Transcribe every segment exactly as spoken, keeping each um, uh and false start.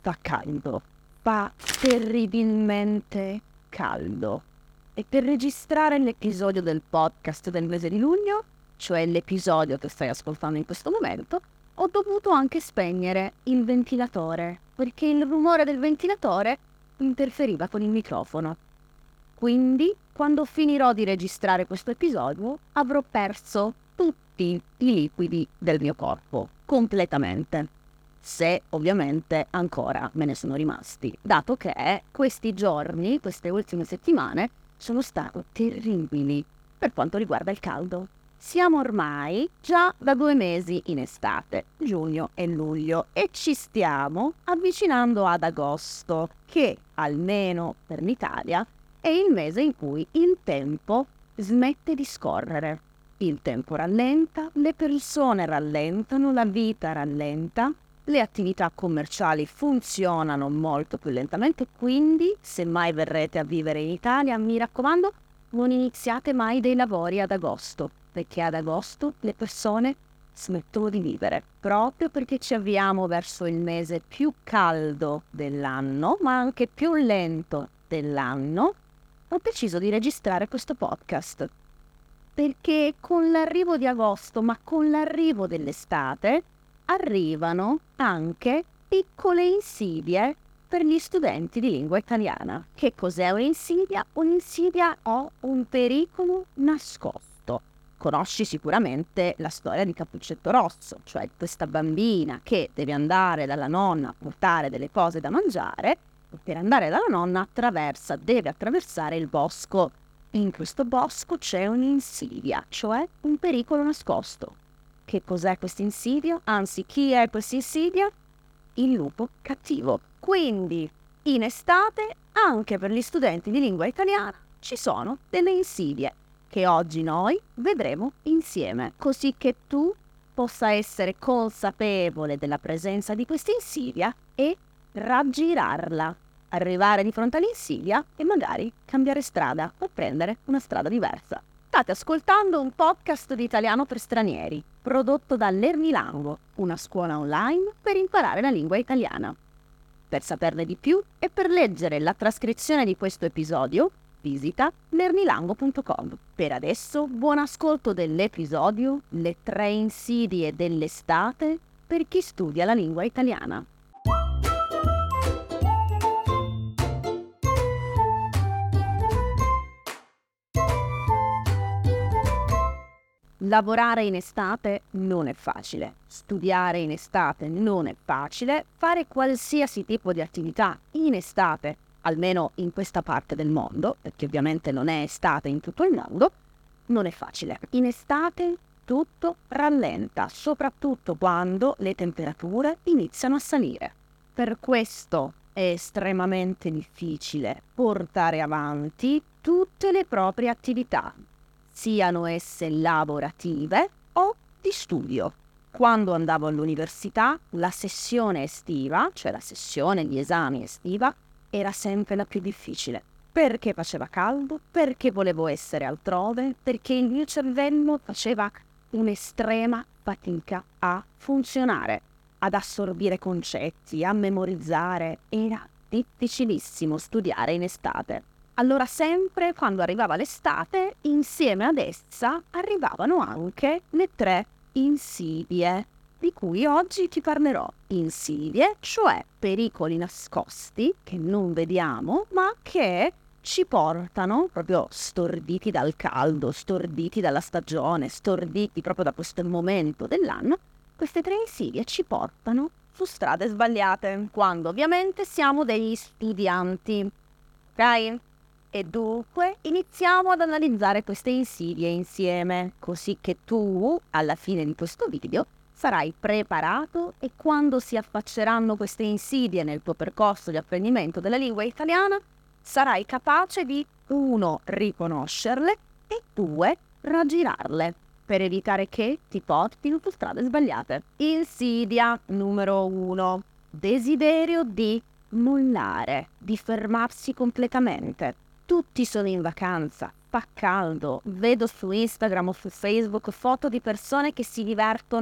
fa caldo, fa terribilmente caldo. E per registrare l'episodio del podcast del mese di luglio, cioè l'episodio che stai ascoltando in questo momento, ho dovuto anche spegnere il ventilatore, perché il rumore del ventilatore interferiva con il microfono. Quindi, quando finirò di registrare questo episodio, avrò perso tutti i liquidi del mio corpo, completamente. Se ovviamente ancora me ne sono rimasti, dato che questi giorni, queste ultime settimane, sono stati terribili per quanto riguarda il caldo. Siamo ormai già da due mesi in estate, giugno e luglio, e ci stiamo avvicinando ad agosto, che almeno per l'Italia è il mese in cui il tempo smette di scorrere. Il tempo rallenta, le persone rallentano, la vita rallenta, le attività commerciali funzionano molto più lentamente, quindi se mai verrete a vivere in Italia, mi raccomando, non iniziate mai dei lavori ad agosto, perché ad agosto le persone smettono di vivere, proprio perché ci avviamo verso il mese più caldo dell'anno, ma anche più lento dell'anno. Ho deciso di registrare questo podcast, perché con l'arrivo di agosto, ma con l'arrivo dell'estate, arrivano anche piccole insidie per gli studenti di lingua italiana. Che cos'è un'insidia? Un'insidia o un pericolo nascosto. Conosci sicuramente la storia di Cappuccetto Rosso, cioè questa bambina che deve andare dalla nonna a portare delle cose da mangiare, e per andare dalla nonna attraversa, deve attraversare il bosco. In questo bosco c'è un'insidia, cioè un pericolo nascosto. Che cos'è questa insidia? Anzi, chi è questa insidia? Il lupo cattivo. Quindi, in estate, anche per gli studenti di lingua italiana, ci sono delle insidie che oggi noi vedremo insieme, così che tu possa essere consapevole della presenza di questa insidia e raggirarla, arrivare di fronte all'insidia e magari cambiare strada o prendere una strada diversa. State ascoltando un podcast di italiano per stranieri, prodotto da Lernilango, una scuola online per imparare la lingua italiana. Per saperne di più e per leggere la trascrizione di questo episodio, visita lernilango punto com. Per adesso, buon ascolto dell'episodio Le tre insidie dell'estate per chi studia la lingua italiana. Lavorare in estate non è facile, studiare in estate non è facile, fare qualsiasi tipo di attività in estate, almeno in questa parte del mondo, perché ovviamente non è estate in tutto il mondo, non è facile. In estate tutto rallenta, soprattutto quando le temperature iniziano a salire. Per questo è estremamente difficile portare avanti tutte le proprie attività, siano esse lavorative o di studio. Quando andavo all'università, la sessione estiva, cioè la sessione di esami estiva, era sempre la più difficile. Perché faceva caldo, perché volevo essere altrove, perché il mio cervello faceva un'estrema fatica a funzionare, ad assorbire concetti, a memorizzare. Era difficilissimo studiare in estate. Allora sempre quando arrivava l'estate, insieme ad essa arrivavano anche le tre insidie, di cui oggi ti parlerò. Insidie, cioè pericoli nascosti che non vediamo, ma che ci portano, proprio storditi dal caldo, storditi dalla stagione, storditi proprio da questo momento dell'anno, queste tre insidie ci portano su strade sbagliate, quando ovviamente siamo degli studianti, ok? E dunque iniziamo ad analizzare queste insidie insieme, così che tu, alla fine di questo video, sarai preparato e quando si affacceranno queste insidie nel tuo percorso di apprendimento della lingua italiana, sarai capace di uno riconoscerle e due raggirarle, per evitare che ti portino su strade sbagliate. Insidia numero uno. Desiderio di mollare, di fermarsi completamente. Tutti sono in vacanza, fa caldo, vedo su Instagram o su Facebook foto di persone che si divertono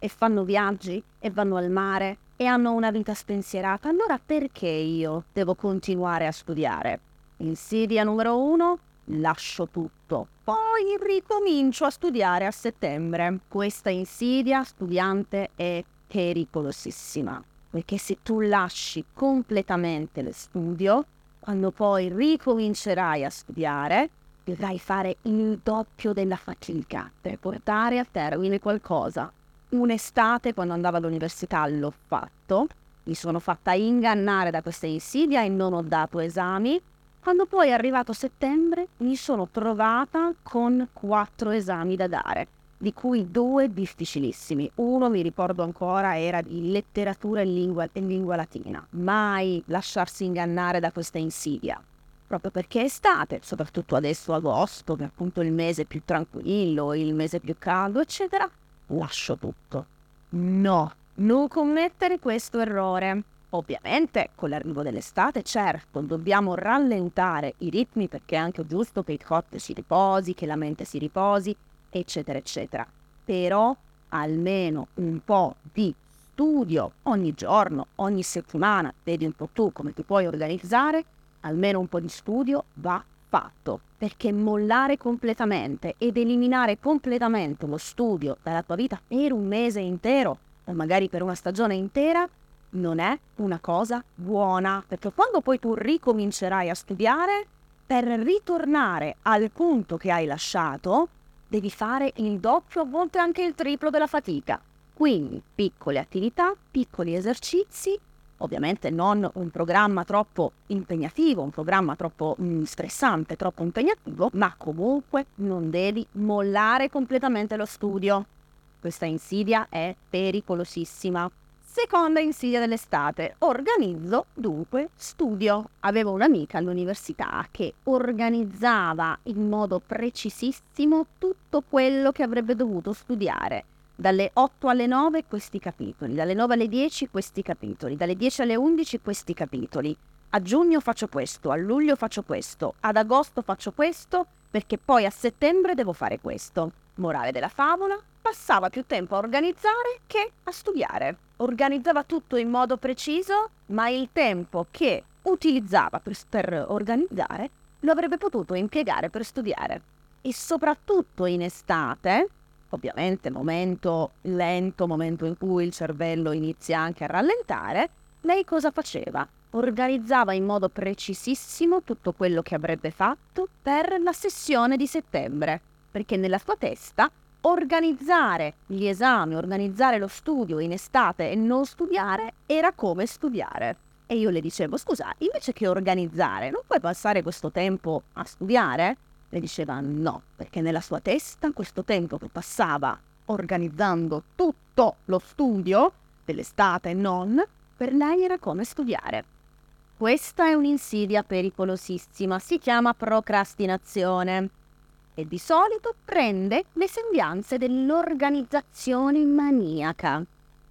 e fanno viaggi e vanno al mare e hanno una vita spensierata, allora perché io devo continuare a studiare? Insidia numero uno, lascio tutto, poi ricomincio a studiare a settembre. Questa insidia, studiante, è pericolosissima, perché se tu lasci completamente lo studio, quando poi ricomincerai a studiare, dovrai fare il doppio della fatica per portare a termine qualcosa. Un'estate, quando andavo all'università, l'ho fatto, mi sono fatta ingannare da questa insidia e non ho dato esami. Quando poi è arrivato settembre, mi sono trovata con quattro esami da dare, di cui due difficilissimi. Uno, mi ricordo ancora, era di letteratura in lingua, in lingua latina. Mai lasciarsi ingannare da questa insidia. Proprio perché è estate, soprattutto adesso agosto, che è appunto il mese più tranquillo, il mese più caldo, eccetera, lascio tutto. No, non commettere questo errore. Ovviamente con l'arrivo dell'estate, certo, dobbiamo rallentare i ritmi perché è anche giusto che il corpo si riposi, che la mente si riposi, eccetera, eccetera. Però almeno un po' di studio ogni giorno, ogni settimana, vedi un po' tu come ti puoi organizzare, almeno un po' di studio va fatto, perché mollare completamente ed eliminare completamente lo studio dalla tua vita per un mese intero o magari per una stagione intera non è una cosa buona, perché quando poi tu ricomincerai a studiare, per ritornare al punto che hai lasciato, devi fare il doppio, a volte anche il triplo della fatica. Quindi piccole attività, piccoli esercizi, ovviamente non un programma troppo impegnativo, un programma troppo mh, stressante, troppo impegnativo, ma comunque non devi mollare completamente lo studio. Questa insidia è pericolosissima. Seconda insidia dell'estate, organizzo, dunque studio. Avevo un'amica all'università che organizzava in modo precisissimo tutto quello che avrebbe dovuto studiare. Dalle otto alle nove questi capitoli, dalle nove alle dieci questi capitoli, dalle dieci alle undici questi capitoli. A giugno faccio questo, a luglio faccio questo, ad agosto faccio questo, perché poi a settembre devo fare questo. Morale della favola, passava più tempo a organizzare che a studiare. Organizzava tutto in modo preciso, ma il tempo che utilizzava per, per organizzare lo avrebbe potuto impiegare per studiare. E soprattutto in estate, ovviamente momento lento, momento in cui il cervello inizia anche a rallentare, lei cosa faceva? Organizzava in modo precisissimo tutto quello che avrebbe fatto per la sessione di settembre, perché nella sua testa organizzare gli esami, organizzare lo studio in estate e non studiare era come studiare. E io le dicevo, scusa, invece che organizzare, non puoi passare questo tempo a studiare? Le diceva no, perché nella sua testa questo tempo che passava organizzando tutto lo studio, dell'estate e non, per lei era come studiare. Questa è un'insidia pericolosissima, si chiama procrastinazione e di solito prende le sembianze dell'organizzazione maniaca.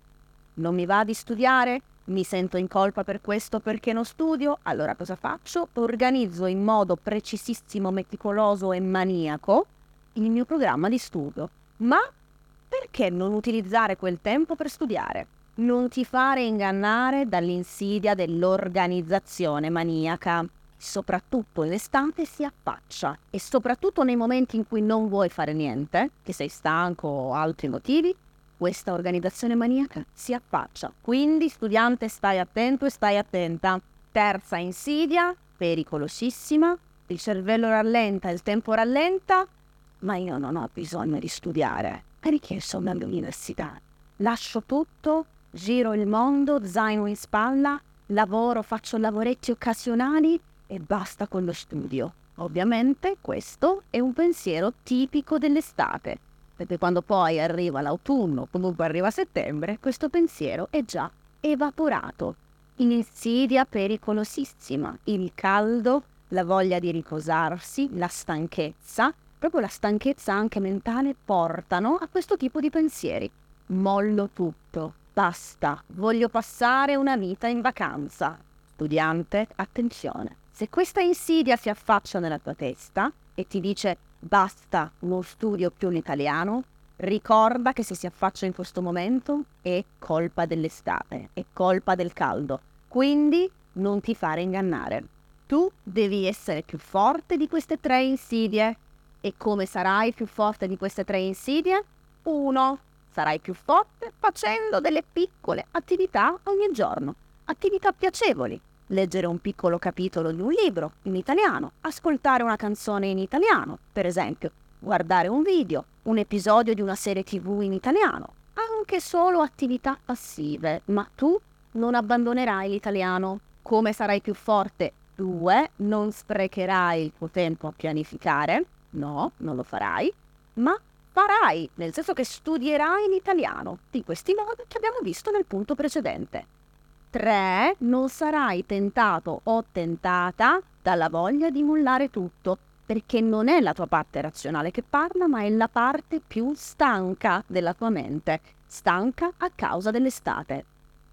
Non mi va di studiare? Mi sento in colpa per questo perché non studio? Allora cosa faccio? Organizzo in modo precisissimo, meticoloso e maniaco il mio programma di studio. Ma perché non utilizzare quel tempo per studiare? Non ti fare ingannare dall'insidia dell'organizzazione maniaca. Soprattutto in estate si affaccia e soprattutto nei momenti in cui non vuoi fare niente, che sei stanco o altri motivi, questa organizzazione maniaca si affaccia. Quindi studiante stai attento e stai attenta. Terza insidia, pericolosissima, il cervello rallenta, il tempo rallenta, ma io non ho bisogno di studiare, perché sono all'università. Lascio tutto, giro il mondo, zaino in spalla, lavoro, faccio lavoretti occasionali e basta con lo studio. Ovviamente questo è un pensiero tipico dell'estate, perché quando poi arriva l'autunno, comunque arriva settembre, questo pensiero è già evaporato. Insidia pericolosissima, il caldo, la voglia di riposarsi, la stanchezza, proprio la stanchezza anche mentale portano a questo tipo di pensieri. Mollo tutto, basta, voglio passare una vita in vacanza. Studiante, attenzione, se questa insidia si affaccia nella tua testa e ti dice basta, non studio più l'italiano, Ricorda che se si affaccia in questo momento è colpa dell'estate, è colpa del caldo, quindi non ti fare ingannare. Tu devi essere più forte di queste tre insidie. E come sarai più forte di queste tre insidie? Uno, sarai più forte facendo delle piccole attività ogni giorno, attività piacevoli. Leggere un piccolo capitolo di un libro in italiano, ascoltare una canzone in italiano, per esempio, guardare un video, un episodio di una serie tivù in italiano, anche solo attività passive, ma tu non abbandonerai l'italiano. Come sarai più forte? Due, non sprecherai il tuo tempo a pianificare, no, non lo farai, ma farai, nel senso che studierai in italiano, in questi modi che abbiamo visto nel punto precedente. Tre, non sarai tentato o tentata dalla voglia di mollare tutto, perché non è la tua parte razionale che parla, ma è la parte più stanca della tua mente, stanca a causa dell'estate.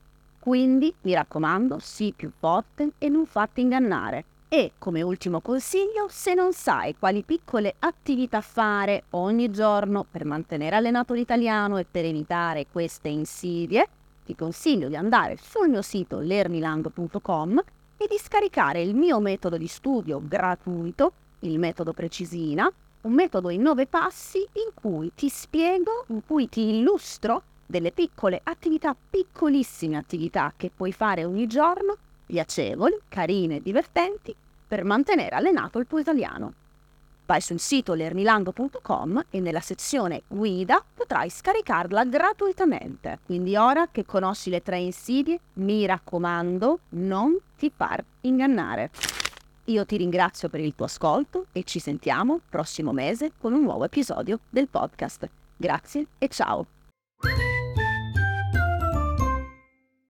Quindi, mi raccomando, sii più forte e non fatti ingannare. E, come ultimo consiglio, se non sai quali piccole attività fare ogni giorno per mantenere allenato l'italiano e per evitare queste insidie, ti consiglio di andare sul mio sito learniland punto com e di scaricare il mio metodo di studio gratuito, il metodo Precisina, un metodo in nove passi in cui ti spiego, in cui ti illustro delle piccole attività, piccolissime attività che puoi fare ogni giorno, piacevoli, carine e divertenti, per mantenere allenato il tuo italiano. Vai sul sito learniland punto com e nella sezione guida potrai scaricarla gratuitamente. Quindi ora che conosci le tre insidie, mi raccomando, non ti far ingannare. Io ti ringrazio per il tuo ascolto e ci sentiamo prossimo mese con un nuovo episodio del podcast. Grazie e ciao!